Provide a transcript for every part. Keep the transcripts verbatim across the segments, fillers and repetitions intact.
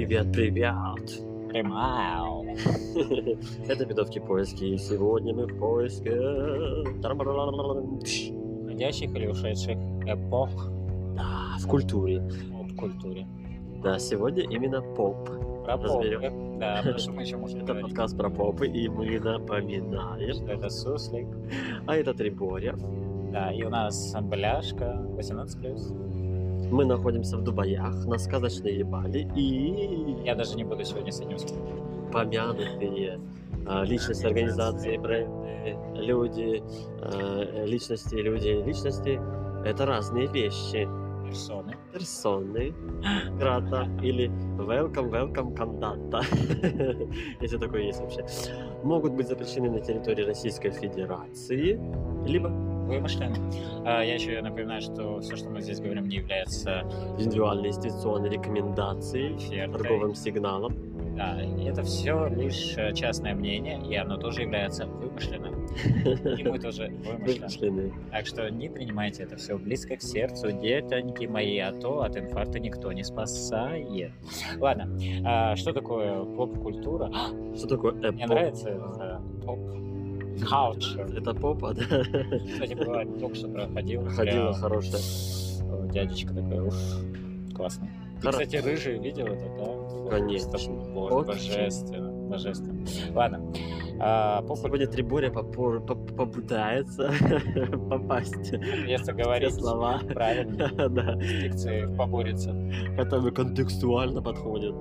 Привет, привет! Прямау. Это «Бедовки поиски», и сегодня мы в поиске... Уходящих или ушедших эпох Да, в культуре. в культуре. Да, сегодня именно поп. Про Разберем. попы. Да, потому что мы еще можем Это говорить, подкаст про попы, и мы напоминаем. что это суслик. А это Триборя. Да, и у нас бляшка восемнадцать плюс. Мы находимся в Дубаях, на сказочной Бали, и Я даже не буду сегодня с этим спорить. помянутые а, личности, организации, бренды, люди, а, личности, люди, личности. Это разные вещи. Персоны. Персоны, грата или welcome, welcome, кондата, если такое есть вообще, могут быть запрещены на территории Российской Федерации, либо Вымышлены. А, я еще напоминаю, что все, что мы здесь говорим, не является индивидуальной инвестиционной рекомендацией, офертой. торговым сигналом. Да, это все лишь э, частное мнение, и оно тоже является вымышленным. И мы тоже вымышлены. Вымышленные. Так что не принимайте это все близко к сердцу, детоньки мои, а то от инфаркта никто не спасает. Ладно, а, что такое поп-культура? Что такое эпоп? Мне нравится это поп. Culture. Это попа, да? Кстати, бывает, только что проходил. Ходила прям, хорошая. э, Дядечка такой, уф, классный. Ты, Хоро- кстати, рыжий видел это, да? Конечно. Боже, Вот божественно, божественно. Ладно, а, поп Сегодня Триборя попор- поп- попытается попасть если в говорить те слова, правильно, да, дикции поборется. которые контекстуально подходят.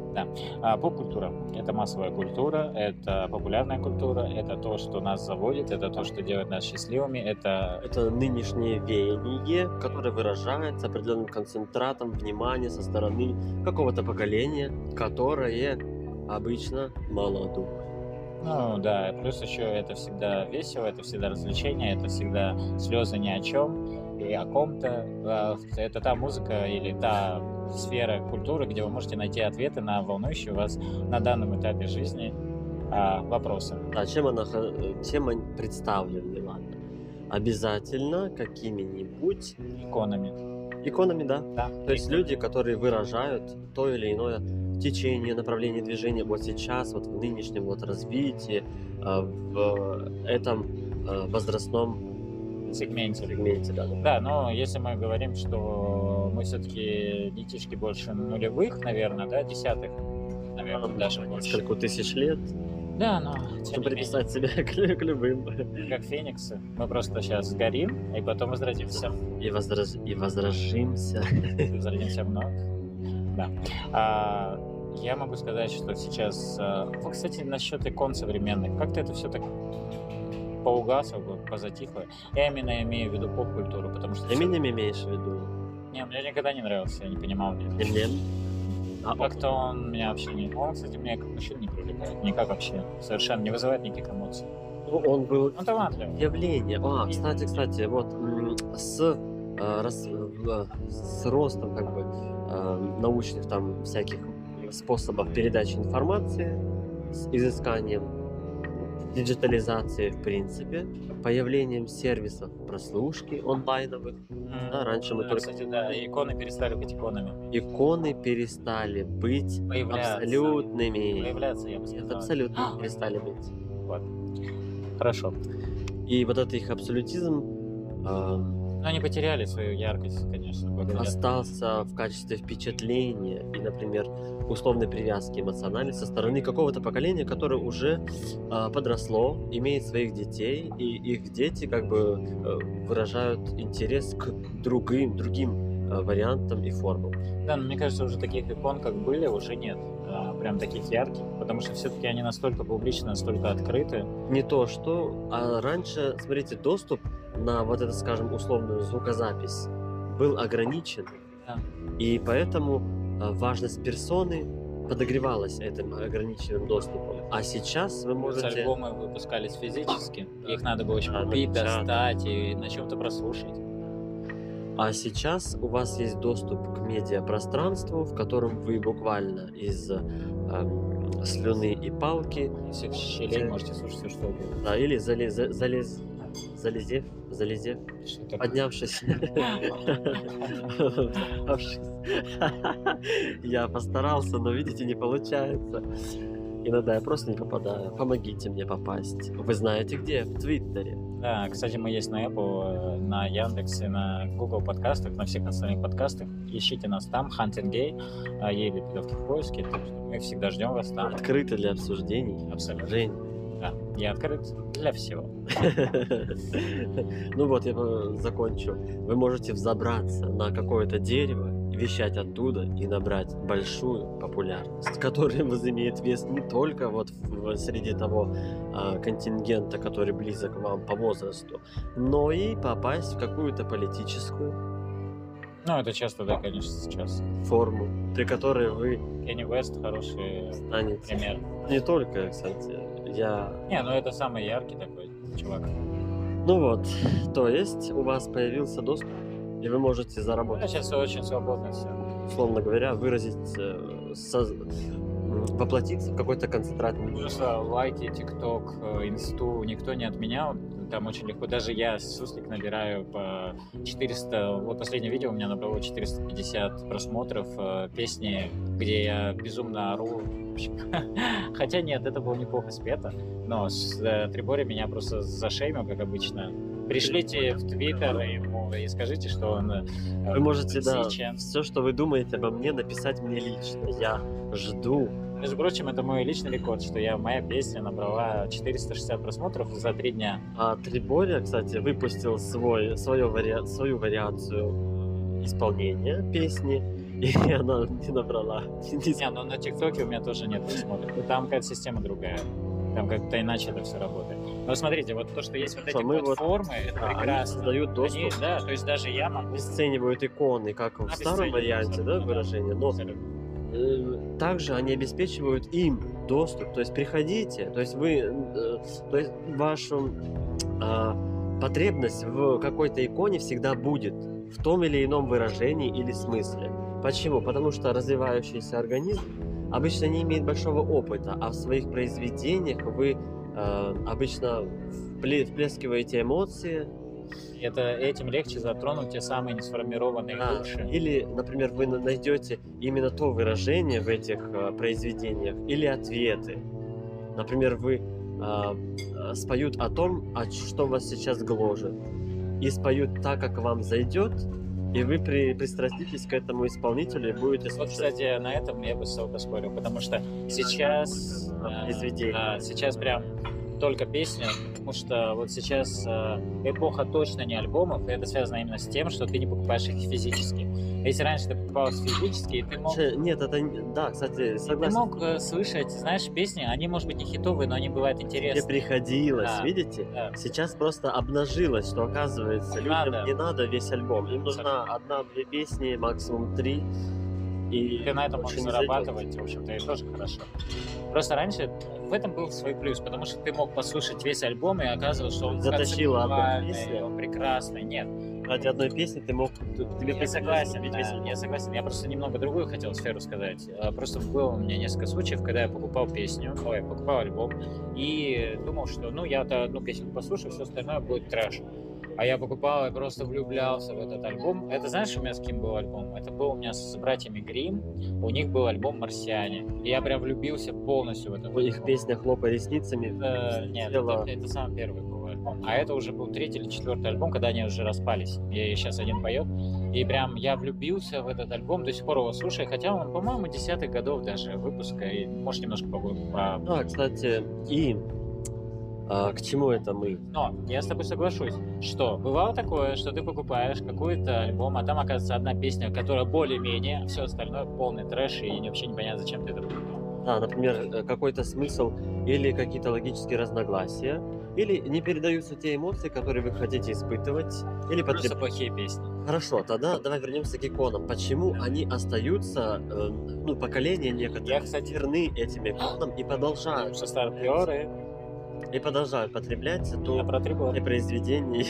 А, поп-культура – это массовая культура, это популярная культура, это то, что нас заводит, это то, что делает нас счастливыми, это Это нынешнее веяние, которое выражается определенным концентратом внимания со стороны какого-то поколения, которое обычно молодое. ну да, плюс еще это всегда весело, это всегда развлечение, это всегда слезы ни о чем и о ком-то. А, Это та музыка или та сфера культуры, где вы можете найти ответы на волнующие вас на данном этапе жизни а, вопросы. Да, чем она, ха- чем они представлены, ладно? Обязательно какими-нибудь Иконами. иконами, да? Да. То есть люди, которые выражают то или иное течение, направление движения вот сейчас, вот в нынешнем вот развитии, а, в этом а, возрастном Сегменте. сегменте, да. Да, но если мы говорим, что мы все-таки детишки больше нулевых, наверное, да, десятых, наверное, даже больше. Несколько тысяч лет. Да, но тем Можно не менее, приписать себя к, лю- к любым. как фениксы, мы просто сейчас сгорим, и потом возродимся. И, возраж... и возражимся. Возродимся вновь. Да. А, я могу сказать, что сейчас... а, Вот, кстати, насчет икон современных. Как-то это все так поугасло, позатихло. Я именно имею в виду поп-культуру, потому что... всё- Эминем имеешь в виду? Не, мне никогда не нравился, я не понимал. Мне. Эминем? А, Как-то он меня вообще не... Он, кстати, меня как мужчина не привлекает. Никак вообще. Совершенно не вызывает никаких эмоций. ну, он был Он талантливый. явление. А, кстати, кстати, вот м, с, э, рас- в- с ростом как бы э, научных там всяких способов передачи информации, с изысканием диджитализации в принципе, появлением сервисов прослушки онлайновых, да, раньше мы Да, только- Кстати, да, иконы перестали быть иконами. иконы перестали быть Появляться. абсолютными. Появляться, я бы Нет, сказал. абсолютно перестали быть. Вот. Хорошо. И вот этот их абсолютизм э, Но они потеряли свою яркость, конечно, благодаря... остался в качестве впечатления и, например, условной привязки эмоциональной со стороны какого-то поколения, которое уже э, подросло, имеет своих детей, и их дети как бы э, выражают интерес к другим, другим э, вариантам и формам. Да, но мне кажется, уже таких икон, как были, уже нет. А, прям таких ярких, потому что все-таки они настолько публичны, настолько открыты. Не то что, а раньше, смотрите, доступ на вот это, скажем, условную звукозапись был ограничен, Да. и поэтому э, важность персоны подогревалась этим ограниченным доступом. А сейчас вы Плюс можете... альбомы выпускались физически, их надо было еще Да, купить, напечатать. достать и на чем-то прослушать. А сейчас у вас есть доступ к медиапространству, в котором вы буквально из эм, слюны и палки, Из всех щелей можете слушать все, что угодно. да, или залез, залез, Залезев, залезев, Что такое? поднявшись, взобравшись. Я постарался, но, видите, не получается. Иногда я просто не попадаю. Помогите мне попасть. Вы знаете где? В Твиттере. Да, кстати, мы есть на Apple, э, на Яндексе, на Google подкастах, на всех остальных подкастах. Ищите нас там, Hunting Gay, а, ей лепидовки в поиске, так что мы всегда ждем вас там. Открыто для обсуждений. Абсолютно. Жень. Да, я открыт для всего. Ну вот, я э, закончу. Вы можете взобраться на какое-то дерево, вещать оттуда и набрать большую популярность, которая возымеет вес не только вот в- среди того а, контингента, который близок к вам по возрасту, но и попасть в какую-то политическую Ну, это часто, да, конечно, сейчас. форму, при которой вы Кенни Уэст хороший станете. пример. Не только, кстати, я... Не, ну это самый яркий такой чувак. Ну вот, то есть у вас появился доступ, и вы можете Ну, заработать, сейчас очень свободно все. условно говоря, выразить, э, соз- м, воплотиться в какой-то концентрат. Просто лайки, ТикТок, э, Инсту никто не отменял. Там очень легко. Даже я суслик набираю по четыреста. Вот последнее видео у меня набрало четыреста пятьдесят просмотров. э, Песни, где я безумно ору. В общем, Хотя нет, это было неплохо спето. Но с э, Трибори меня просто зашеймил, как обычно. Пришлите в Твиттер ему и скажите, что он э, Вы можете, да, сейчас. все, что вы думаете обо мне, написать мне лично. Я жду. Между прочим, это мой личный рекорд, что я моя песня набрала четыреста шестьдесят просмотров за три дня. А Триборя, кстати, выпустил свой, свою, вари... свою вариацию исполнения песни, и она не набрала. ни- Не, ну на ТикТоке у меня тоже нет просмотров. Там какая-то система другая. Там как-то иначе это все работает. Но смотрите, вот то, что есть вот эти Что мы вот- платформы, это Да, они прекрасно. создают доступ, Они, да, то есть даже я могу... обесценивают иконы, как в старом Обесценивают, варианте, да, ну да. выражения, но Абсолютно. э, также они обеспечивают им доступ. То есть приходите, то есть вы, э, то есть вашу а, потребность в какой-то иконе всегда будет в том или ином выражении или смысле. Почему? Потому что развивающийся организм обычно не имеет большого опыта, а в своих произведениях вы э, обычно впле- вплескиваете эмоции. И это, этим легче затронуть те самые несформированные Да. души. Или, например, вы на- найдете именно то выражение в этих э, произведениях или ответы. Например, вы а, а, споют о том, о ч- что вас сейчас гложет, и споют так, как вам зайдет, и вы при, пристраститесь к этому исполнителю и будете Вот, слушать. кстати, на этом я бы с тобой поспорил, потому что сейчас, А, э, произведение. да, сейчас прям только песни, потому что вот сейчас э, эпоха точно не альбомов, и это связано именно с тем, что ты не покупаешь их физически. Если раньше ты покупал физически, ты мог, Че- Нет, это... не- Да, кстати, ты согласен. мог э, слышать, знаешь, песни, они, может быть, не хитовые, но они бывают Тебе интересные. приходилось, Да. видите? Да. Сейчас просто обнажилось, что оказывается Не людям надо. не надо весь альбом. Им нужна одна-две песни, максимум три. И Ты на этом больше можешь не зайдет. зарабатывать, в общем-то, и тоже хорошо. Просто раньше в этом был свой плюс, потому что ты мог послушать весь альбом, и оказывалось, что он Затащила одну концептуальный, песню. он прекрасный. Нет, Ради одной песни ты мог... Тебе я приходилось согласен, купить да, весь альбом. я согласен. Я просто немного другую хотел сферу сказать. А, Просто было у меня несколько случаев, когда я покупал песню, ой, покупал альбом, и думал, что, ну, я вот одну песню послушаю, все остальное будет трэш. А я покупал и просто влюблялся в этот альбом. Это знаешь, у меня с кем был альбом? Это был у меня с братьями Грим. У них был альбом «Марсиане». И я прям влюбился полностью в этот В их альбом. песня «Хлопай ресницами». Э, нет, Дело- это, это самый первый был альбом. А это уже был третий или четвертый альбом, когда они уже распались. И сейчас один поет. И прям я влюбился в этот альбом, до сих пор его слушаю. Хотя он, по-моему, десятых годов даже выпуска. И может немножко по... по- Да, кстати, и а, к чему это мы? Но я с тобой соглашусь, что бывало такое, что ты покупаешь какой-то альбом, а там оказывается одна песня, которая более-менее, а все остальное полный трэш, и вообще непонятно, зачем ты это покупал. Да, например, э, какой-то смысл или какие-то логические разногласия, или не передаются те эмоции, которые вы хотите испытывать, или Просто потреб... плохие песни. Хорошо, тогда давай вернемся к иконам. Почему они остаются, э, ну, поколения некоторые, Я, кстати, верны этим иконам и продолжают, что старперы, и продолжают потреблять я то про Трибор. произведение.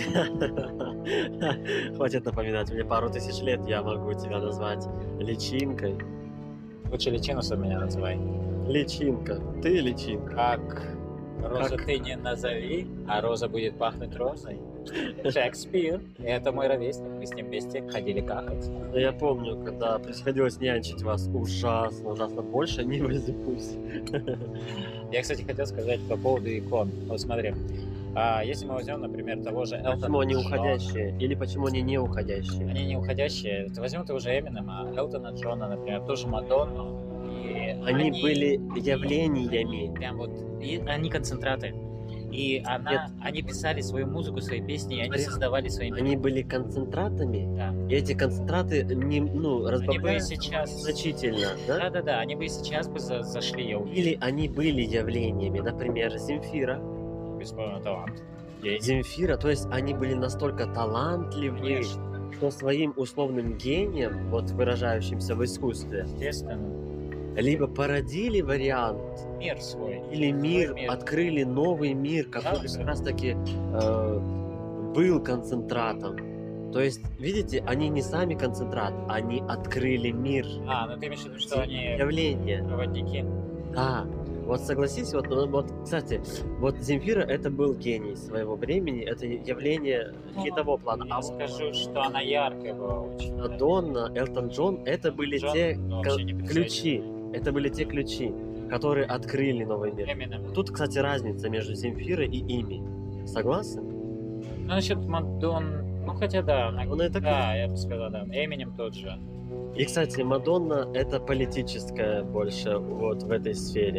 Хватит напоминать, мне пару тысяч лет, я могу тебя назвать личинкой. Лучше личинусом меня называй. Личинка, ты личинка. Как Роза Как ты не назови, а роза будет пахнуть розой. Шекспир. Это мой ровесник. Мы с ним вместе ходили какать. ну, я помню, когда приходилось нянчить вас ужасно, ужасно больше, не возьмусь. Я, кстати, хотел сказать по поводу икон. Вот смотри, а, если мы возьмем, например, того же Почему Элтона они Джона, уходящие? Или почему они не уходящие? они не уходящие. Ты возьмем того же Эминема, Элтона Джона, например, тоже Мадонну. И Они были явлениями. прям вот, и они концентраты. И она, Нет. они писали свою музыку, свои песни, и они Смотри, создавали свои миры. Они были концентратами, Да. и эти концентраты не, ну, Они бы и разбавляются сейчас... значительно, да? Да-да-да, они бы и сейчас бы за- зашли, я уверен. Или они были явлениями, например, Земфира. Бесспорно талант. Гений. Земфира, то есть они были настолько талантливы, Конечно, что своим условным гением, вот выражающимся в искусстве, естественно. либо породили вариант, Мир свой. или мир, мир. открыли новый мир, который Да, как да. раз таки э, был концентратом. То есть, видите, они не сами концентрат, они открыли мир, А, ну ты имеешь в виду, что они явление. проводники? Да, вот согласись, вот, ну, вот, кстати, вот Земфира это был гений своего времени, это явление не Ну, того плана. Я А вот скажу, что она яркая была очень. да. Мадонна, Элтон Джон, это были Джон, те ну, ко- вообще не ключи, это были те ключи, которые открыли новый мир. Эминем. Тут, кстати, разница между Земфирой и ими. Согласен? Ну, насчет Мадон... Ну, хотя да, она- Он это да, я бы сказал, да. Эминем тот же. И, кстати, Мадонна это политическая больше вот в этой сфере.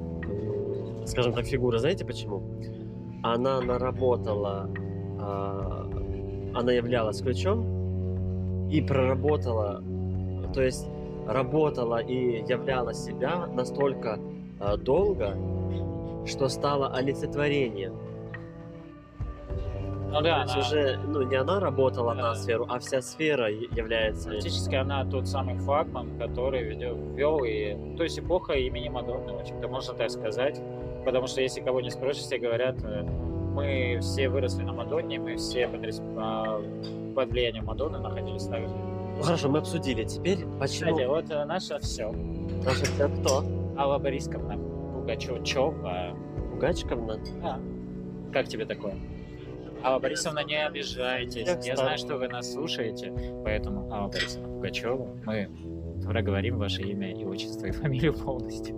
М, Скажем так, фигура. Знаете почему? Она наработала, а, она являлась ключом и проработала, то есть работала и являла себя настолько а, долго, что стала олицетворением. Ну да, То есть она... уже, ну, не она работала Да. на сферу, а вся сфера я- является. Фактически она тот самый флагман, который ведё- ввел и... То есть эпоха имени Мадонны, в общем-то, можно так сказать. Потому что если кого не спросишь, все говорят, э, мы все выросли на Мадонне, мы все под, рес- а, под влиянием Мадонны находились так же. Ну хорошо, мы обсудили. Теперь почему Кстати, вот э, наше все. наша вся кто? Алла Борисковна Пугачева. Пугачковна? Да. Как тебе такое? Алла Борисовна, не обижайтесь. Я Я встал. знаю, что вы нас слушаете, поэтому Алла Борисовна Пугачева, мы проговорим ваше имя и отчество и фамилию полностью.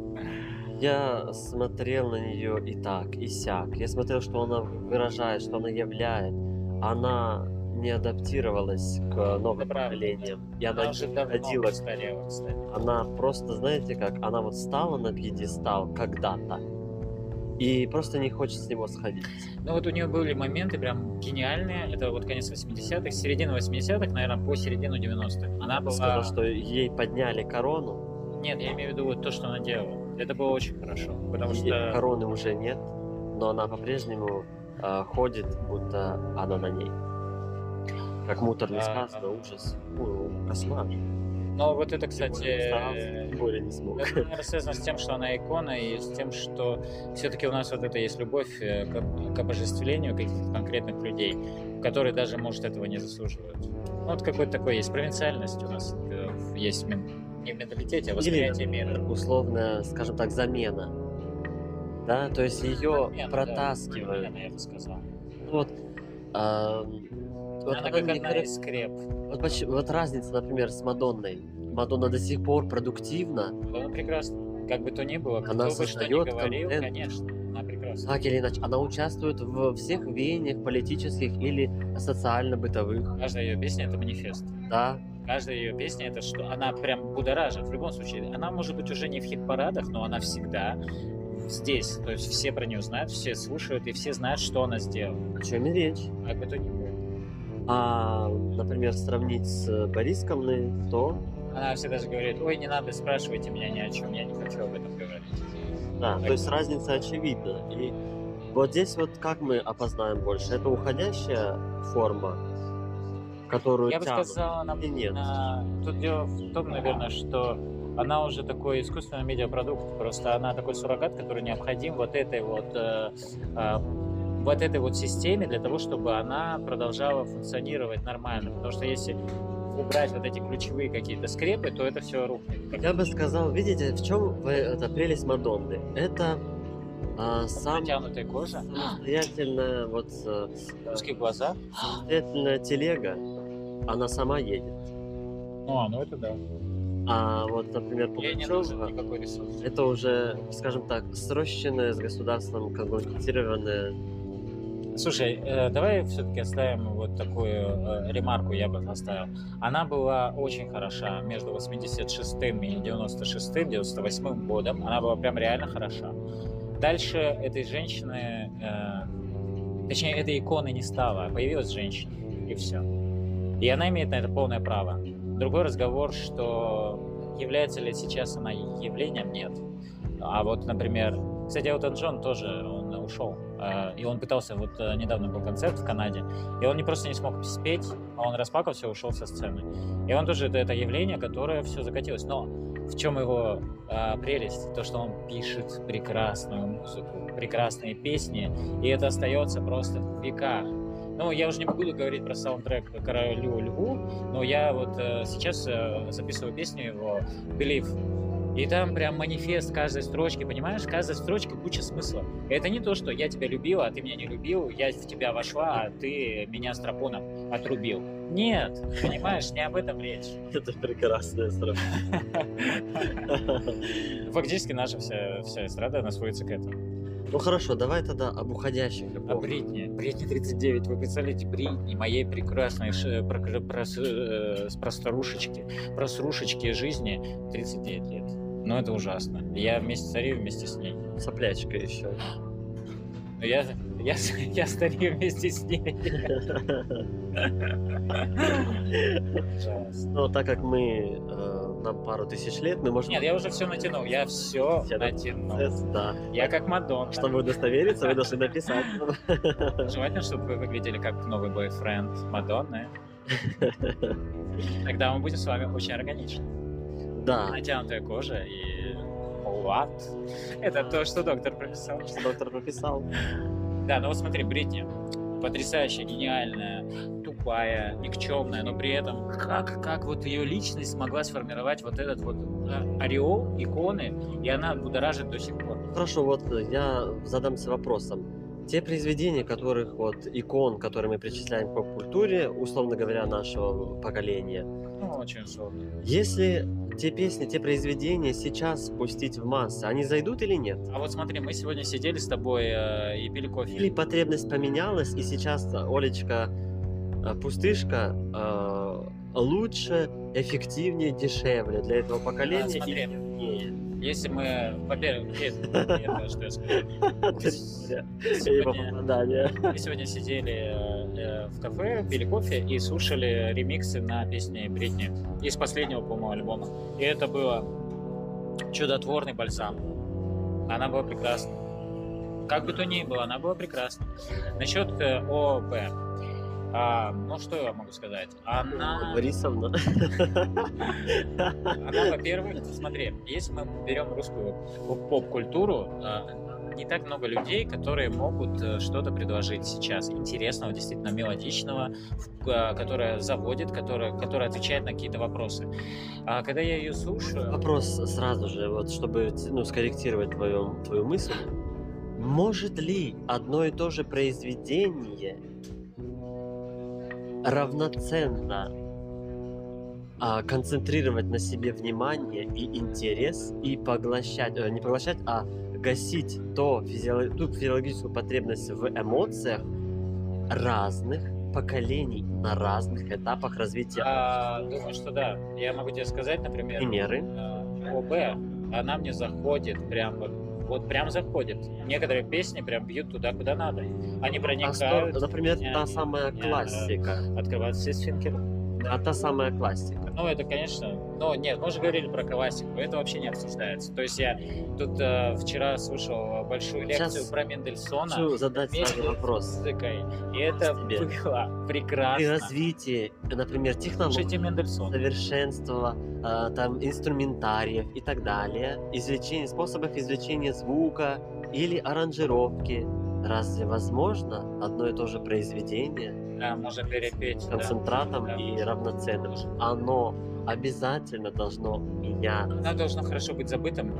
Я смотрел на нее и так, и сяк. Я смотрел, что она выражает, что она являет. Она не адаптировалась к новым Это правда, поколениям. И Она она уже не давно ходила. постарела, кстати. Она просто, знаете как, она вот встала на пьедестал когда-то и просто не хочет с него сходить. Ну вот у нее были моменты прям гениальные. Это вот конец восьмидесятых, середина восьмидесятых, наверное, по середину девяностых. Она была... Сказал, что ей подняли корону, Нет, я имею в виду вот то, что она делала. Это было очень хорошо, потому и что... короны уже нет, но она по-прежнему а, ходит, будто она на ней. Как муторно А, сказано, ужас. Фу, кошмар. Но вот это, кстати, Старался, тем более не смог. это, наверное, связано с тем, что она икона, и с тем, что все-таки у нас вот это есть любовь э, к, к обожествлению каких-то конкретных людей, которые даже, может, этого не заслуживают. Ну, вот какой-то такой есть провинциальность у нас, э, в- есть мен- не в менталитете, а в восприятии Или, мира. например, условная, скажем так, замена. Да, то есть ее Замена, да, протаскивают. замена, я бы сказал. Вот, ам, вот Она она как мне одна кажется- из скреп. вот, поч- вот разница, например, с Мадонной. Мадонна до сих пор продуктивна, Она прекрасна. Как бы то ни было, кто Она бы что ни создает говорил, контент. конечно, она прекрасна. так или иначе. Она участвует во всех веяниях политических или социально-бытовых. Каждая ее песня — это манифест. Да, Каждая ее песня — это что? Она прям будоражит. В любом случае, она может быть уже не в хит-парадах, но она всегда здесь. То есть все про нее знают, все слушают, и все знают, что она сделала. о чем и речь. Как бы то ни было. А, например, сравнить с Борисковной, то Она всегда же говорит: ой, не надо, спрашивайте меня ни о чем, я не хочу об этом говорить. да, Так. то есть разница очевидна. И вот здесь вот как мы опознаем больше? Это уходящая форма, которую Я бы тянут, сказал, она, или нет? на- тут дело в том, наверное, что она уже такой искусственный медиапродукт, просто она такой суррогат, который необходим вот этой вот э, э, вот этой вот системе для того, чтобы она продолжала функционировать нормально, потому что если убрать вот эти ключевые какие-то скрепы, то это все рухнет. Как- Я бы сказал, видите, в чем эта прелесть Мадонны? Это А сам Натянутая кожа, самостоятельно вот э, э, узкие глаза. самостоятельная телега, она сама едет. Ну, а, ну это да. А вот, например, Ей не нужен Пугачева никакой ресурс. это уже, скажем так, срощенная с государством конгломерированная. Слушай, э, давай все-таки оставим вот такую э, ремарку, я бы оставил. Она была очень хороша между восемьдесят шестым и девяносто шестым, девяносто восьмым годом. Она была прям реально хороша. Дальше этой женщины, э, точнее, этой иконы не стало, а появилась женщина, и все. И она имеет на это полное право. Другой разговор, что является ли сейчас она явлением, нет. А вот, например, кстати, Элтон Джон тоже, он ушел. э, И он пытался, вот э, недавно был концерт в Канаде, и он не просто не смог спеть, а он расплакался и ушел со сцены. И он тоже, это, это явление, которое все закатилось. Но в чем его э, прелесть? То, что он пишет прекрасную музыку, прекрасные песни, и это остается просто в веках. Ну, я уже не могу говорить про саундтрек «Королю Льву», но я вот э, сейчас э, записываю песню его «Believe». И там прям манифест каждой строчки, понимаешь? Каждой строчке куча смысла. И это не то, что я тебя любила, а ты меня не любил, я в тебя вошла, а ты меня стропоном отрубил. Нет, понимаешь, не об этом речь. Это прекрасное сравнение. Фактически наша вся, вся эстрада, она сводится к этому. Ну хорошо, давай тогда об уходящих А эпохах. Бритни, Бритни тридцать девять, вы представляете, Бритни, моей прекрасной ш- про, про, э, просторушечки, просрушечки жизни тридцать девять лет. Ну это ужасно. Я вместе старею вместе с ней. Соплячка еще. Но я, я, я старею вместе с ней. Ужасно. Но так как мы, э, нам пару тысяч лет, мы можем... Нет, я уже все натянул, я все Все натянул. Да. Я как Мадонна. Чтобы удостовериться, вы должны написать. Желательно, чтобы вы выглядели как новый бойфренд Мадонны. Тогда мы будем с вами очень органичны. Да. Натянутая кожа и what? Это то, что доктор прописал. Что доктор прописал. Да, ну вот смотри, Бритни. Потрясающая, гениальная, тупая, никчемная, но при этом как, как вот ее личность смогла сформировать вот этот вот а, ореол иконы, и она будоражит до сих пор. Хорошо, вот я задамся вопросом. Те произведения, которых вот икон, которые мы причисляем к поп-культуре, условно говоря, нашего поколения, Ну, очень условно. если те песни, те произведения сейчас спустить в массы, они зайдут или нет? А вот смотри, мы сегодня сидели с тобой э, и пили кофе. Или потребность поменялась, и сейчас Олечка э, пустышка э, лучше, эффективнее, дешевле для этого поколения? А, смотри. или умнее? Если мы, во-первых, это что я скажу. Его Сегодня- попадание. Мы сегодня сидели э, в кафе, пили кофе и слушали ремиксы на песни Бритни из последнего, по-моему, альбома. И это было чудотворный бальзам. Она была прекрасна. Как бы то ни было, она была прекрасна. Насчет э, ООП. А, ну, что я могу сказать? Она, Борисовна. она, во-первых, смотри, если мы берем русскую поп-культуру, а, не так много людей, которые могут э, что-то предложить сейчас интересного, действительно мелодичного, в- а, которое заводит, которое, которое отвечает на какие-то вопросы. А когда я ее слушаю, Вопрос сразу же, вот чтобы ну, скорректировать твою, твою мысль. Может ли одно и то же произведение равноценно а, концентрировать на себе внимание и интерес и поглощать, э, не поглощать, а гасить то физиолог- ту физиологическую потребность в эмоциях разных поколений на разных этапах развития? а, думаю, что да. Я могу тебе сказать, например, Примеры. э, ОБ, она мне заходит прям вот, вот прям заходит. Некоторые песни прям бьют туда, куда надо. Они А проникают, сто- например, меня- та самая меня, классика. открывают все сфинкеры. А та самая классика. Ну, это, конечно... Ну, нет, мы уже говорили про классику, это вообще не обсуждается. То есть я тут э, вчера слушал большую лекцию Сейчас про Мендельсона Хочу задать вместе сразу с вопрос. музыкой, и это Тебе. было При прекрасно. развитии, например, технологий, Слушайте Мендельсона. совершенства, а, там, инструментариев и так далее, извлечение, способов извлечения звука или аранжировки, разве возможно одно и то же произведение Да, можно перепеть. с да. концентратом Да. и равноценным? Оно обязательно должно меняться. Оно должно хорошо быть забытым,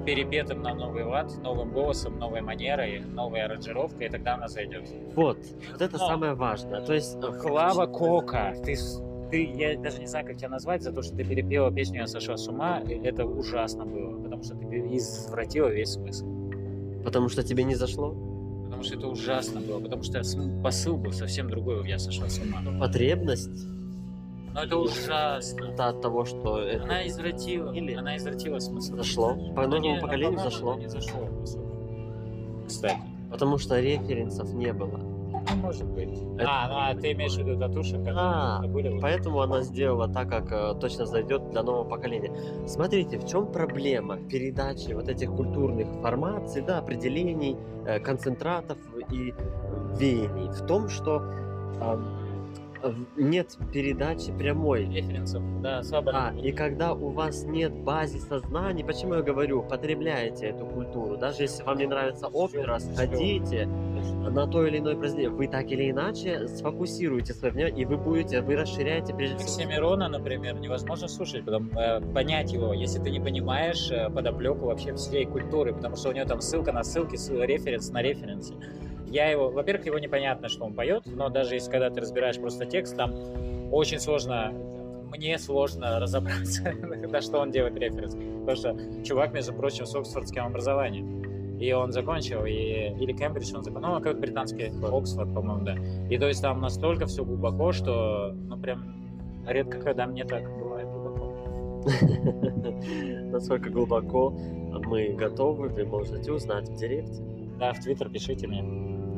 перепетым на новый лад, новым голосом, новой манерой, новой аранжировкой, и тогда она зайдет. Вот, вот это Но самое важное. То есть, э, Клава Кока, ты, с- ты, я даже не знаю, как тебя назвать, за то, что ты перепела песню «Я сошла с ума», и это ужасно было, потому что ты пере- извратила весь смысл. потому что тебе не зашло. Потому что это ужасно было, потому что см- посыл был совсем другой, «Я сошла с ума». Потребность Но это ужасно. это от того, что это Она извратила, Или- она извратила смысл. зашло. По Но новому не- поколению по-моему, зашло. оно не зашло особо. Кстати. Потому что референсов не было. Ну, может быть. Это- А, ну а ты имеешь в виду татушек, которые Да, были? вот? поэтому она сделала так, как э, точно зайдет для нового поколения. Смотрите, в чем проблема передачи вот этих культурных формаций, да, определений, э, концентратов и веяний? В том, что ам, э, нет передачи прямой. Референсов, да, свободно. А, и когда у вас нет базиса знаний, почему я говорю, потребляете эту культуру, даже если вам не нравится опера, сходите на то или иное произведение, вы так или иначе сфокусируете свое внимание, и вы будете, вы расширяете прежде всего. Оксимирона, например, невозможно слушать, потому, э, понять его, если ты не понимаешь э, подоплеку вообще всей культуры, потому что у него там ссылка на ссылки, ссыл- референс на референсе. Я его, во-первых, его непонятно, что он поет, но даже если когда ты разбираешь просто текст, там очень сложно, мне сложно разобраться, на что он делает референс. Потому что чувак, между прочим, с оксфордским образованием. И он закончил, и, или Кембридж он закончил, ну, как британский Оксфорд, по-моему, да. И то есть там настолько все глубоко, что, ну, прям редко когда мне так бывает глубоко. Насколько глубоко мы готовы, вы можете узнать в директе. Да, в Твиттер пишите мне.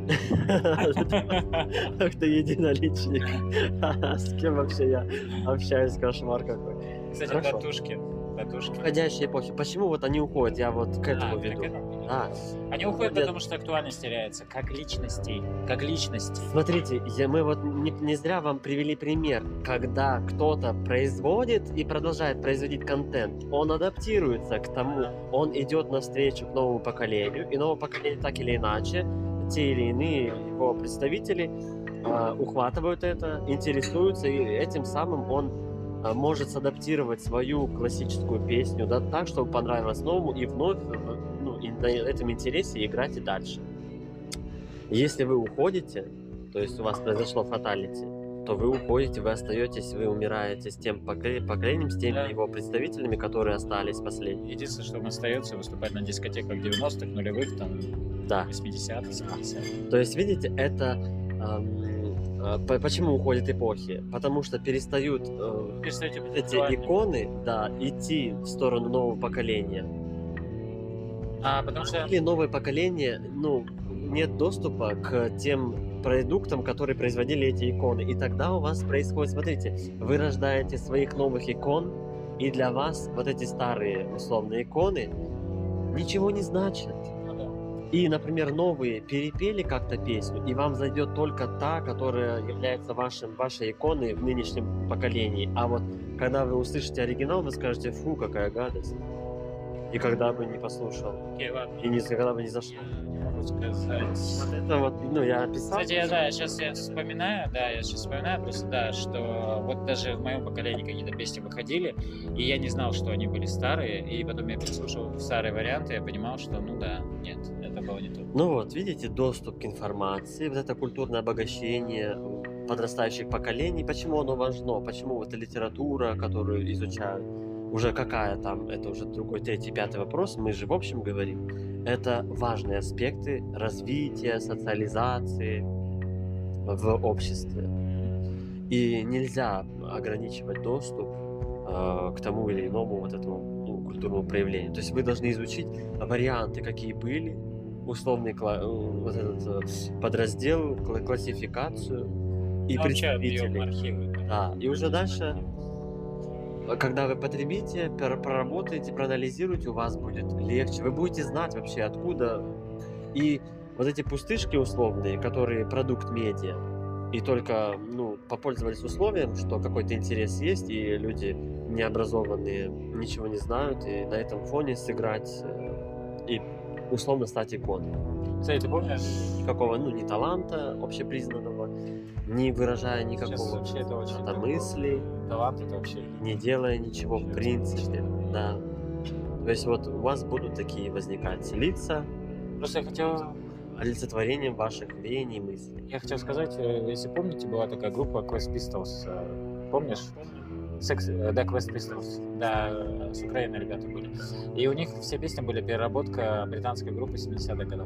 Ах ты единоличник. С кем вообще я общаюсь, кошмар какой. Кстати, Хорошо. татушки. Татушки. Входящие эпохи. Почему вот они уходят? Я вот к А, этому ты к веду. этому? Да. Они уходят, Уходят. потому что актуальность теряется, как личностей, как личностей. Смотрите, я, мы вот не, не зря вам привели пример, когда кто-то производит и продолжает производить контент, он адаптируется к тому, он идет навстречу к новому поколению, и новое поколение так или иначе, те или иные его представители а, ухватывают это, интересуются, и этим самым он а, может садаптировать свою классическую песню, да, так, чтобы понравилось новому, и вновь в- ну, и на этом интересе играть и дальше. Если вы уходите, то есть у вас произошло фаталити, то вы уходите, вы остаетесь, вы умираете с тем поколе- поколением, с теми Да. его представителями, которые остались последними. Единственное, что им остается, выступать на дискотеках девяностых, нулевых, там, Да. восьмидесятых, семидесятых. То есть, видите, это ам, а, по- почему уходят эпохи? Потому что перестают э, Перестаете быть эти актуальными. иконы, да, идти в сторону нового поколения. А, потому что... Или новое поколение, ну, нет доступа к тем продуктам, которые производили эти иконы. И тогда у вас происходит, смотрите, вы рождаете своих новых икон, и для вас вот эти старые условные иконы ничего не значат. Ну да. И, например, новые перепели как-то песню, и вам зайдет только та, которая является вашим, вашей иконой в нынешнем поколении. А вот когда вы услышите оригинал, вы скажете, фу, какая гадость. И когда бы не послушал, Окей, ладно. и никогда бы не зашло. Я не могу сказать. Вот это вот, ну, я описал. Кстати, я, да, сейчас я вспоминаю, да, я сейчас вспоминаю просто, да, что вот даже в моем поколении какие-то песни выходили, и я не знал, что они были старые, и потом я переслушал старые варианты, я понимал, что, ну да, нет, это было не то. Ну вот, видите, доступ к информации, вот это культурное обогащение подрастающих поколений, почему оно важно, почему вот эта литература, которую изучают, уже какая там, это уже другой, третий, пятый вопрос, мы же в общем говорим, это важные аспекты развития, социализации в обществе. И нельзя ограничивать доступ э, к тому или иному вот этому ну, культурному проявлению. То есть вы должны изучить варианты, какие были, условный кла- э, вот этот э, подраздел, кла- классификацию и Ну, вообще, объем представителей. архивы. Да, и уже дальше, когда вы потребите, пер- проработаете, проанализируете, у вас будет легче. Вы будете знать вообще откуда. И вот эти пустышки условные, которые продукт медиа, и только ну, попользовались условием, что какой-то интерес есть, и люди необразованные ничего не знают, и на этом фоне сыграть э, и условно стать иконой. Кстати, ты помнишь, Никакого, ну, ни таланта общепризнанного, не выражая сейчас никакого вообще это очень какого-то такое. мысли, Талант это вообще... не делая ничего в принципе, да. То есть вот у вас будут такие возникать лица, Просто я хотел, олицетворением ваших веяний и мыслей. я хотел сказать, э, если помните, была такая группа Quest Pistols, э, помнишь? Секс, э, да, Quest Pistols, да, э, с Украины ребята были. И у них все песни были переработка британской группы семидесятых годов.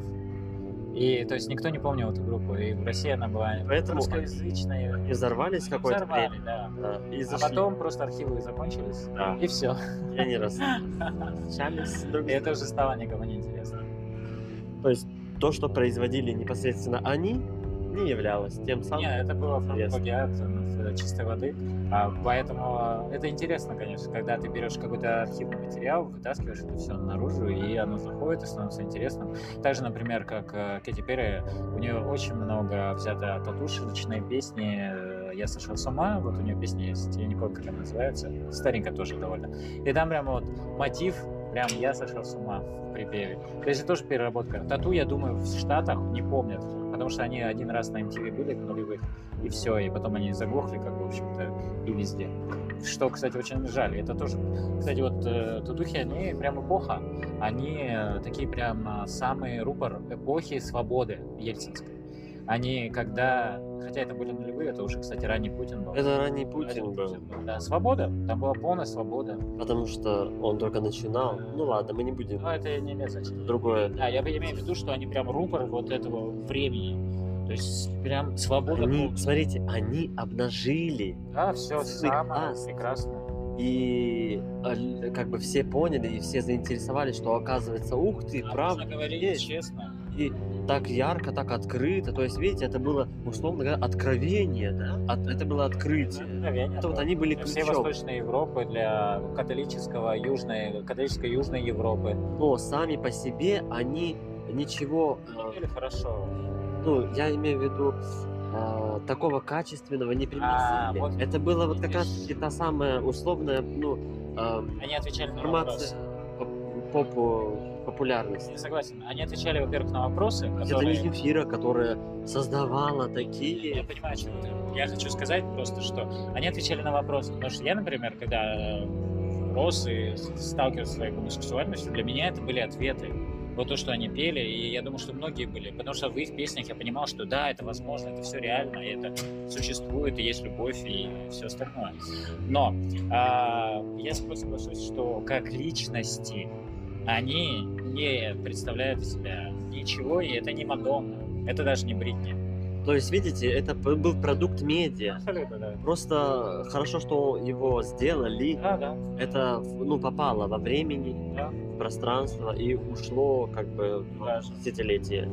И то есть никто не помнил эту группу, и в России она была Поэтому русскоязычная. они взорвались какое-то Взорвали, время, да. да, и А зашли. потом просто архивы закончились, Да. и все. И они расстались друг И с это уже стало никому не интересно. То есть то, что производили непосредственно они, не являлось тем самым. Нет, это было интересно. плагиат э, чистой воды. А, поэтому э, это интересно, конечно, когда ты берешь какой-то архивный материал, вытаскиваешь это все наружу, и оно заходит и становится интересным. Так же, например, как э, Кэти Перри, у нее очень много взято татушечные песни. э, «Я сошел с ума», вот у нее песня есть, я не помню, как она называется, старенькая тоже довольно. И там прям вот мотив, прям «Я сошел с ума» в припеве. То есть это тоже переработка. Тату, я думаю, в Штатах не помнят, потому что они один раз на эм ти ви были в нулевых, и все, и потом они заглохли, как бы, в общем-то, и везде. Что, кстати, очень жаль. Это тоже, кстати, вот э, татухи, они прям эпоха, они э, такие прям э, самый рупор эпохи свободы ельцинской. Они когда, хотя это были нулевые, это уже, кстати, ранний Путин был. Это ранний Ранний Путин был, Да, свобода, там была полная свобода. потому что он только начинал. Ну ладно, мы не будем. Но это не имеет значения. Другое. Да, я имею в виду, что они прям рупор вот этого времени. То есть прям свобода. Они, полная. смотрите, они обнажили, Да, все свой самое класс. прекрасное. и э, л- как бы все поняли, и все заинтересовались, что оказывается, ух ты, А правда, можно говорить есть. честно. И так ярко, так открыто. То есть, видите, это было, условно говоря, откровение, да? От- это было открытие. Мгновение Это вот было. они были Для всей ключом. Восточной Европы, для католического южной, католической Южной Европы. Но сами по себе они ничего, э, Или хорошо. ну, я имею в виду, э, такого качественного не А, привносили. вот Это было вот как видишь. раз таки та самая условная, ну, э, Они отвечали на информация вопросы. по, по популярности. Я согласен. Они отвечали, во-первых, на вопросы, Это которые... не Земфира, которая создавала Я такие... понимаю, о чем ты. Я хочу сказать просто, что они отвечали на вопросы. Потому что я, например, когда э, рос и сталкивался со своей гомосексуальностью, для меня это были ответы. Вот то, что они пели, и я думаю, что многие были. Потому что в их песнях я понимал, что да, это возможно, это все реально, и это существует, и есть любовь, и все остальное. Но а, я с тобой соглашусь, что как личности они не представляют из себя ничего, и это не Мадонна, это даже не Бритни. То есть, видите, это п- был продукт медиа. Абсолютно, да. Просто хорошо, что его сделали. Да, да, Это, ну, попало во времени, да. в пространство и ушло как бы в Даже. десятилетие.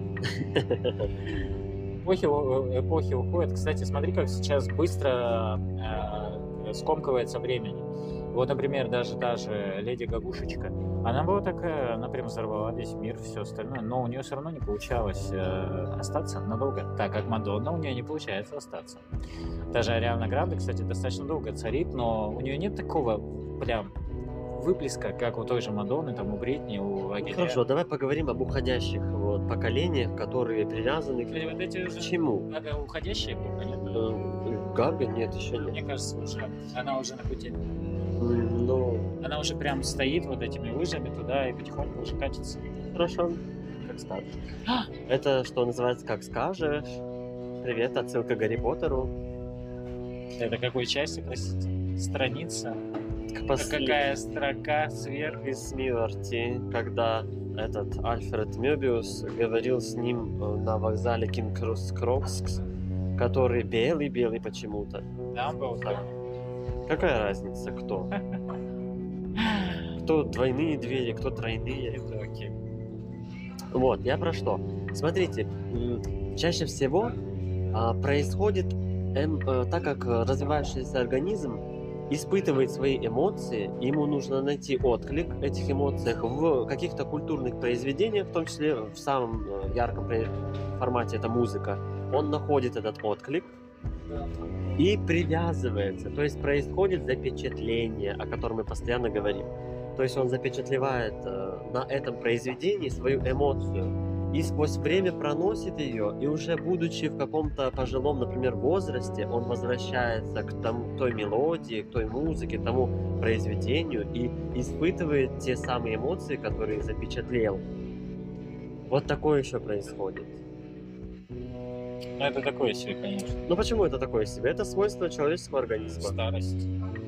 Эпохи, у- эпохи уходят. Кстати, смотри, как сейчас быстро э, скомкивается времени. Вот, например, даже та же Леди Гагушечка. Она была такая, она прям взорвала весь мир, все остальное, но у нее все равно не получалось э, остаться надолго, так как Мадонна у нее не получается остаться. Даже Ариана Гранде, кстати, достаточно долго царит, но у нее нет такого прям выплеска, как у той же Мадонны, там, у Бритни, у Агилеры. Хорошо, давай поговорим об уходящих вот, поколениях, которые привязаны Кстати, вот эти к уже... чему? Ага, уходящая эпоха, нет? Э, Гага? Нет, еще нет. Мне кажется, уже она уже на пути. М, Ну, Она уже прям стоит вот этими лыжами туда и потихоньку уже катится. хорошо, как скажешь. Это, что называется, как скажешь. Привет, отсылка к Гарри Поттеру. Это какой части, простите? Страница? К А послед- какая строка сверху? Из смерти, когда этот Альфред Мёбиус говорил с ним э, на вокзале Кинг-Кросс, который белый-белый почему-то. Там был там. Какая разница, кто? Кто двойные двери, кто тройные. Это окей. Вот, я про что? Смотрите, м, чаще всего а, происходит, эм, э, так как э, развивающийся организм испытывает свои эмоции, ему нужно найти отклик этих эмоций в каких-то культурных произведениях, в том числе в самом э, ярком про- формате это музыка. Он находит этот отклик и привязывается, то есть происходит запечатление, о котором мы постоянно говорим. То есть он запечатлевает э, на этом произведении свою эмоцию. и сквозь время проносит ее, и уже будучи в каком-то пожилом, например, возрасте, он возвращается к тому, той мелодии, к той музыке, к тому произведению и испытывает те самые эмоции, которые запечатлел. Вот такое еще происходит. Ну, это такое себе, конечно. Но почему это такое себе? Это свойство человеческого организма. Старость.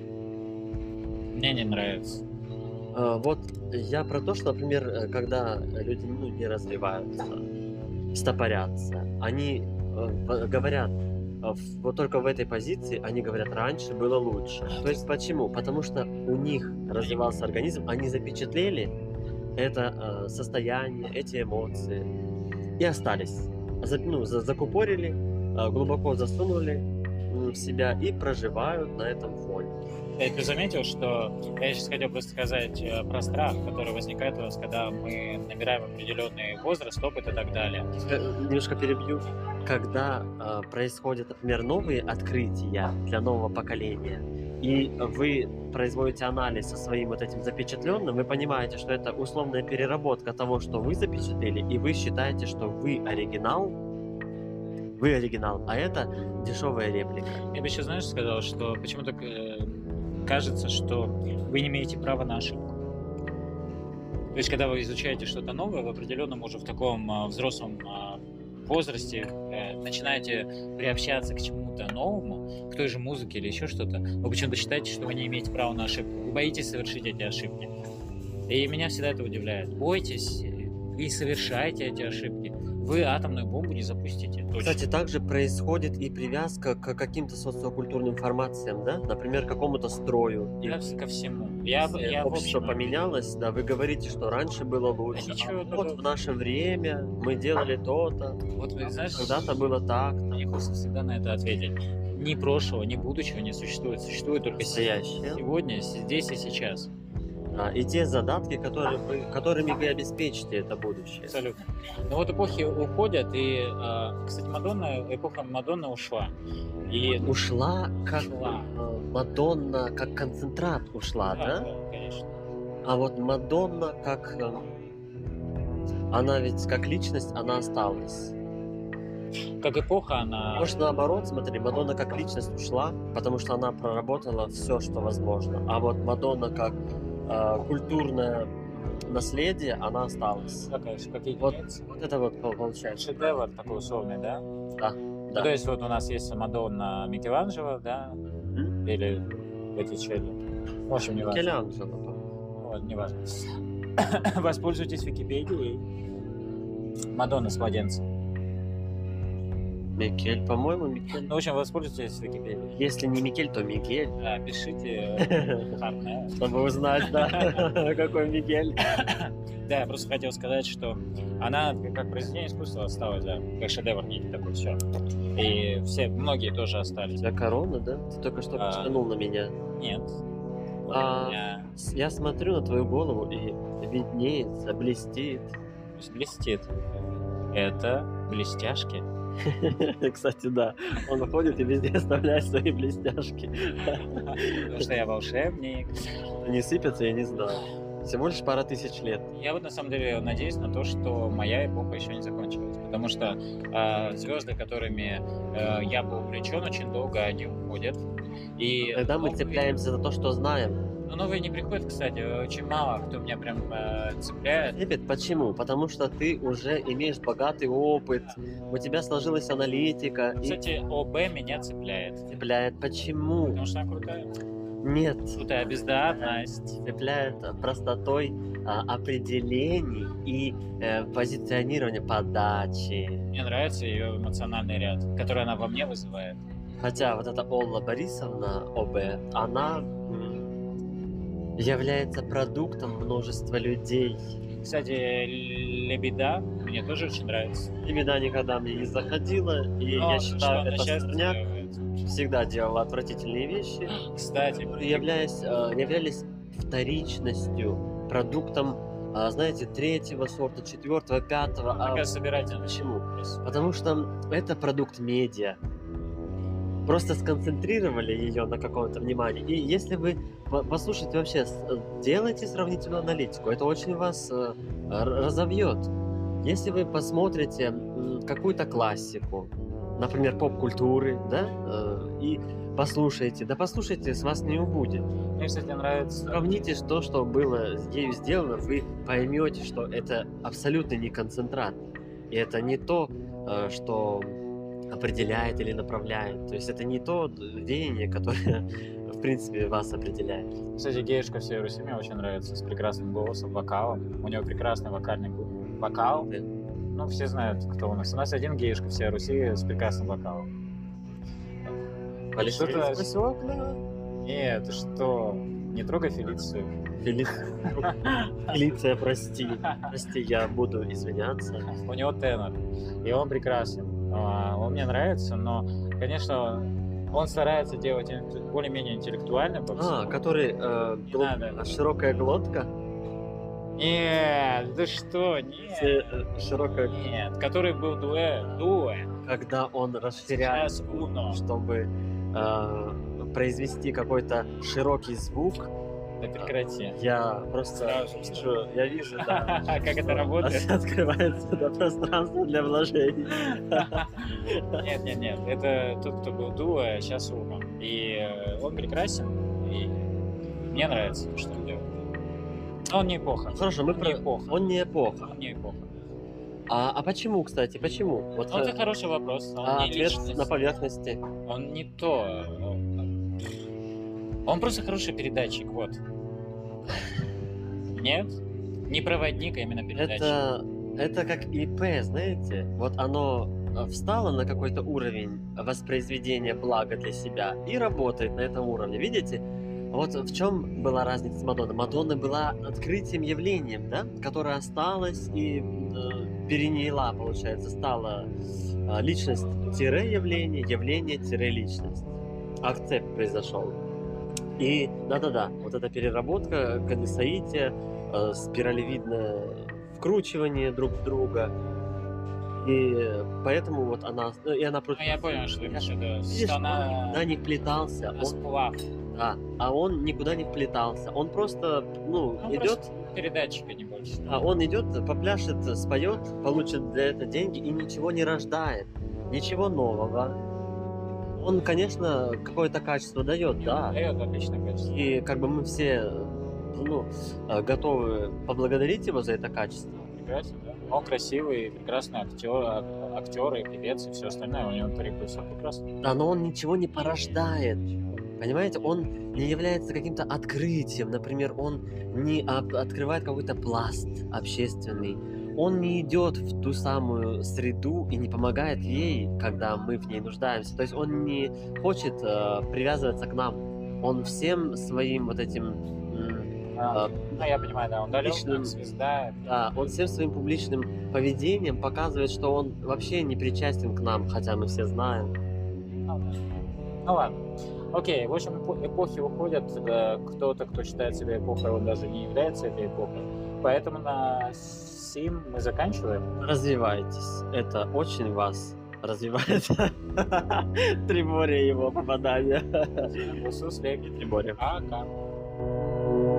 Мне не нравится. А, Вот я про то, что, например, э, когда люди ну, не развиваются, стопорятся, они э, в- говорят, э, в- вот только в этой позиции, они говорят, раньше было лучше. То есть почему? Потому что у них развивался организм, они запечатлели это э, состояние, эти эмоции и остались. За- ну, за- закупорили, э, глубоко засунули м, в себя и проживают на этом фоне. Э, Ты заметил, что я сейчас хотел просто сказать э, про страх, который возникает у нас, когда мы набираем определенный возраст, опыт и так далее. Э, Немножко перебью. Когда э, происходят, например, новые открытия для нового поколения, и вы производите анализ со своим вот этим запечатленным, вы понимаете, что это условная переработка того, что вы запечатлели, и вы считаете, что вы оригинал, вы оригинал, а это дешевая реплика. Я бы еще, знаешь, сказал, что почему-то э, кажется, что вы не имеете права на ошибку. То есть, когда вы изучаете что-то новое, в определенном уже в таком э, взрослом э, возрасте э, начинаете приобщаться к чему-то новому, к той же музыке или еще что-то, вы почему-то считаете, что вы не имеете права на ошибку. Вы боитесь совершить эти ошибки. И меня всегда это удивляет. Бойтесь и совершайте эти ошибки. Вы атомную бомбу не запустите. Точно. Кстати, также происходит и привязка к каким-то социокультурным формациям, да? Например, к какому-то строю. И Ко, вс- ко всему. Я, б- я в общество общем, поменялось, да, вы говорите, что раньше было лучше. Да ничего а вот такого. в наше время мы делали то-то, Вот вы знаешь, когда-то было так. мне хочется всегда на это ответить. Ни прошлого, ни будущего не существует. Существует только се- Настоящее. сегодня, здесь и сейчас. А, и те задатки, которые вы, которыми вы обеспечите это будущее. Абсолютно. Но вот эпохи уходят, и, а, кстати, Мадонна, эпоха Мадонны ушла. И Ушла как Ушла. э, Мадонна, как концентрат ушла, да? да, конечно. А вот Мадонна как... э, она ведь как личность, она осталась. Как эпоха она... Может, наоборот, смотри, Мадонна как личность ушла, потому что она проработала все, что возможно. А вот Мадонна как э, культурное наследие, она осталась. Такая, как Вот, единица. вот это вот пол- получается. Шедевр такой условный, да? Да, Ну, да. то есть вот у нас есть Мадонна Микеланджело, да? М? Или Боттичелли. В общем, не важно. Микеланджело, по-моему. Вот, не важно. Воспользуйтесь Википедией. Мадонна с младенцем. Микель, по-моему, Микель. Ну, в общем, воспользуйтесь Википедией. Если не Микель, то Мигель. Да, пишите э, Харне. Чтобы узнать, да, какой Мигель. Да, я просто хотел сказать, что она как произведение искусства осталась, да, как шедевр некий такой, все. И все, многие тоже У остались. тебя корона, да? Ты только что А. кашлянул на меня. Нет. Вот А. у меня С- Я смотрю на твою голову и виднеется, блестит. блестит. Это блестяшки. Кстати, да. Он ходит и везде оставляет свои блестяшки. Потому что я волшебник. Не сыпятся, я не знаю. Всего лишь пара тысяч лет. Я вот на самом деле надеюсь на то, что моя эпоха еще не закончилась, потому что э, звезды, которыми э, я был увлечен очень долго, они уходят. И Тогда мы новые- цепляемся за то, что знаем. Но новые не приходят, кстати, очень мало кто меня прям э, цепляет. Цепит почему? Потому что ты уже имеешь богатый опыт, у тебя сложилась аналитика и Кстати, ОБ меня цепляет, цепляет. Почему? потому что она крутая. Нет. Крутая бездарность. Цепляет простотой а, определений и э, позиционирования подачи. Мне нравится ее эмоциональный ряд, который она во мне вызывает. Хотя вот эта Олла Борисовна ОБ, она м, является продуктом множества людей. Кстати, Лебеда мне тоже очень нравится. И беда никогда мне не заходила, и Но я что считаю, она это сейчас сорняк. делает? Всегда делала отвратительные вещи, Кстати, являясь, э, являлись вторичностью, продуктом, а, знаете, третьего сорта, четвертого, пятого. А такая собирательная. почему? Потому что это продукт медиа. Просто сконцентрировали ее на каком-то внимании. И если вы по- послушаете вообще, с- делайте сравнительную аналитику, это очень вас э, р- разовьет. Если вы посмотрите м, какую-то классику, например, поп-культуры, да, э, и послушаете, да послушайте, с вас не убудет. Мне, кстати, нравится... Сравните то, что было ею сделано, вы поймете, что это абсолютно не концентрат. И это не то, э, что определяет или направляет. То есть это не то веяние, которое, в принципе, вас определяет. Кстати, геюшка всей Руси мне очень нравится, с прекрасным голосом, вокалом. У него прекрасный вокальный гу- вокал. Да. Ну, все знают, кто у нас. У нас один геюшка всей Руси с прекрасным вокалом. Полицейский Что-то- поселок, да. Нет, ты что? Не трогай Фелицию. Фели- Фелиция, прости. Прости, я буду извиняться. У него тенор, и он прекрасен. А, Он мне нравится, но, конечно, он старается делать интеллект- более-менее интеллектуальным. по А, всему. который э, Не гл- надо. а, широкая глотка, Нет, ты что? э, Нет. э, широкая, Нет, который был дуэ, дуэ. когда он расширяет, Сейчас уно. чтобы э, произвести какой-то широкий звук. Да прекрати. Я просто Сразу вижу, я вижу, да, Как это что работает? открывается да, пространство для вложений. Нет, нет, нет. Это тот, кто был дуэ, а сейчас уно. И э, он прекрасен, и мне нравится, что он делает. Но он не эпоха. Хорошо, мы Он про... не эпоха. Он не эпоха. Он не эпоха. А, а почему, кстати, почему? Вот, Ну, э, это хороший вопрос. Он а не ответ личность. на поверхности. Он не то. Он просто хороший передатчик, вот. Нет? Не проводник, а именно передатчик. Это, это как ИП, знаете? Вот оно э, встало на какой-то уровень воспроизведения блага для себя и работает на этом уровне. Видите? Вот в чем была разница с Мадонной? Мадонна была открытием, явлением, да? Которое осталось и э, переняла, получается, стала э, личность-явление, явление-личность. Акцепт произошел. И да-да-да, вот эта переработка, конденсаития, э, спиралевидное вкручивание друг в друга. И поэтому вот она... ну, И она Ну, просто... я понял, что имеешь в виду. Видишь, Что он она... никуда не вплетался. она Он, сплав. да, а он никуда не вплетался. Он просто, ну, Ну, идет... просто передатчика не больше. А он идет, попляшет, споет, получит для этого деньги и ничего не рождает. Ничего нового. Он, конечно, какое-то качество дает, да. Дает отличное качество. И как бы мы все ну, э, готовы поблагодарить его за это качество. Прекрасен, да? Он красивый, прекрасный актер, ак- актер и певец, и все остальное. У него три плюса прекрасно. Да, но он ничего не порождает. Понимаете, он не является каким-то открытием. Например, он не об- открывает какой-то пласт общественный. Он не идет в ту самую среду и не помогает ей, когда мы в ней нуждаемся. То есть он не хочет э, привязываться к нам. Он всем своим вот этим... м, А, э, ну, я понимаю, да, он далек, личным- как звезда. да, он всем своим публичным поведением показывает, что он вообще не причастен к нам, хотя мы все знаем. Ну, да. Ну ладно. Окей, в общем, эпо- эпохи уходят. Да, кто-то, кто считает себя эпохой, он даже не является этой эпохой. Поэтому на сим мы заканчиваем. Развивайтесь. Это очень вас развивает. Трибория его попадания. Иисус Лег. Трибория. Пока.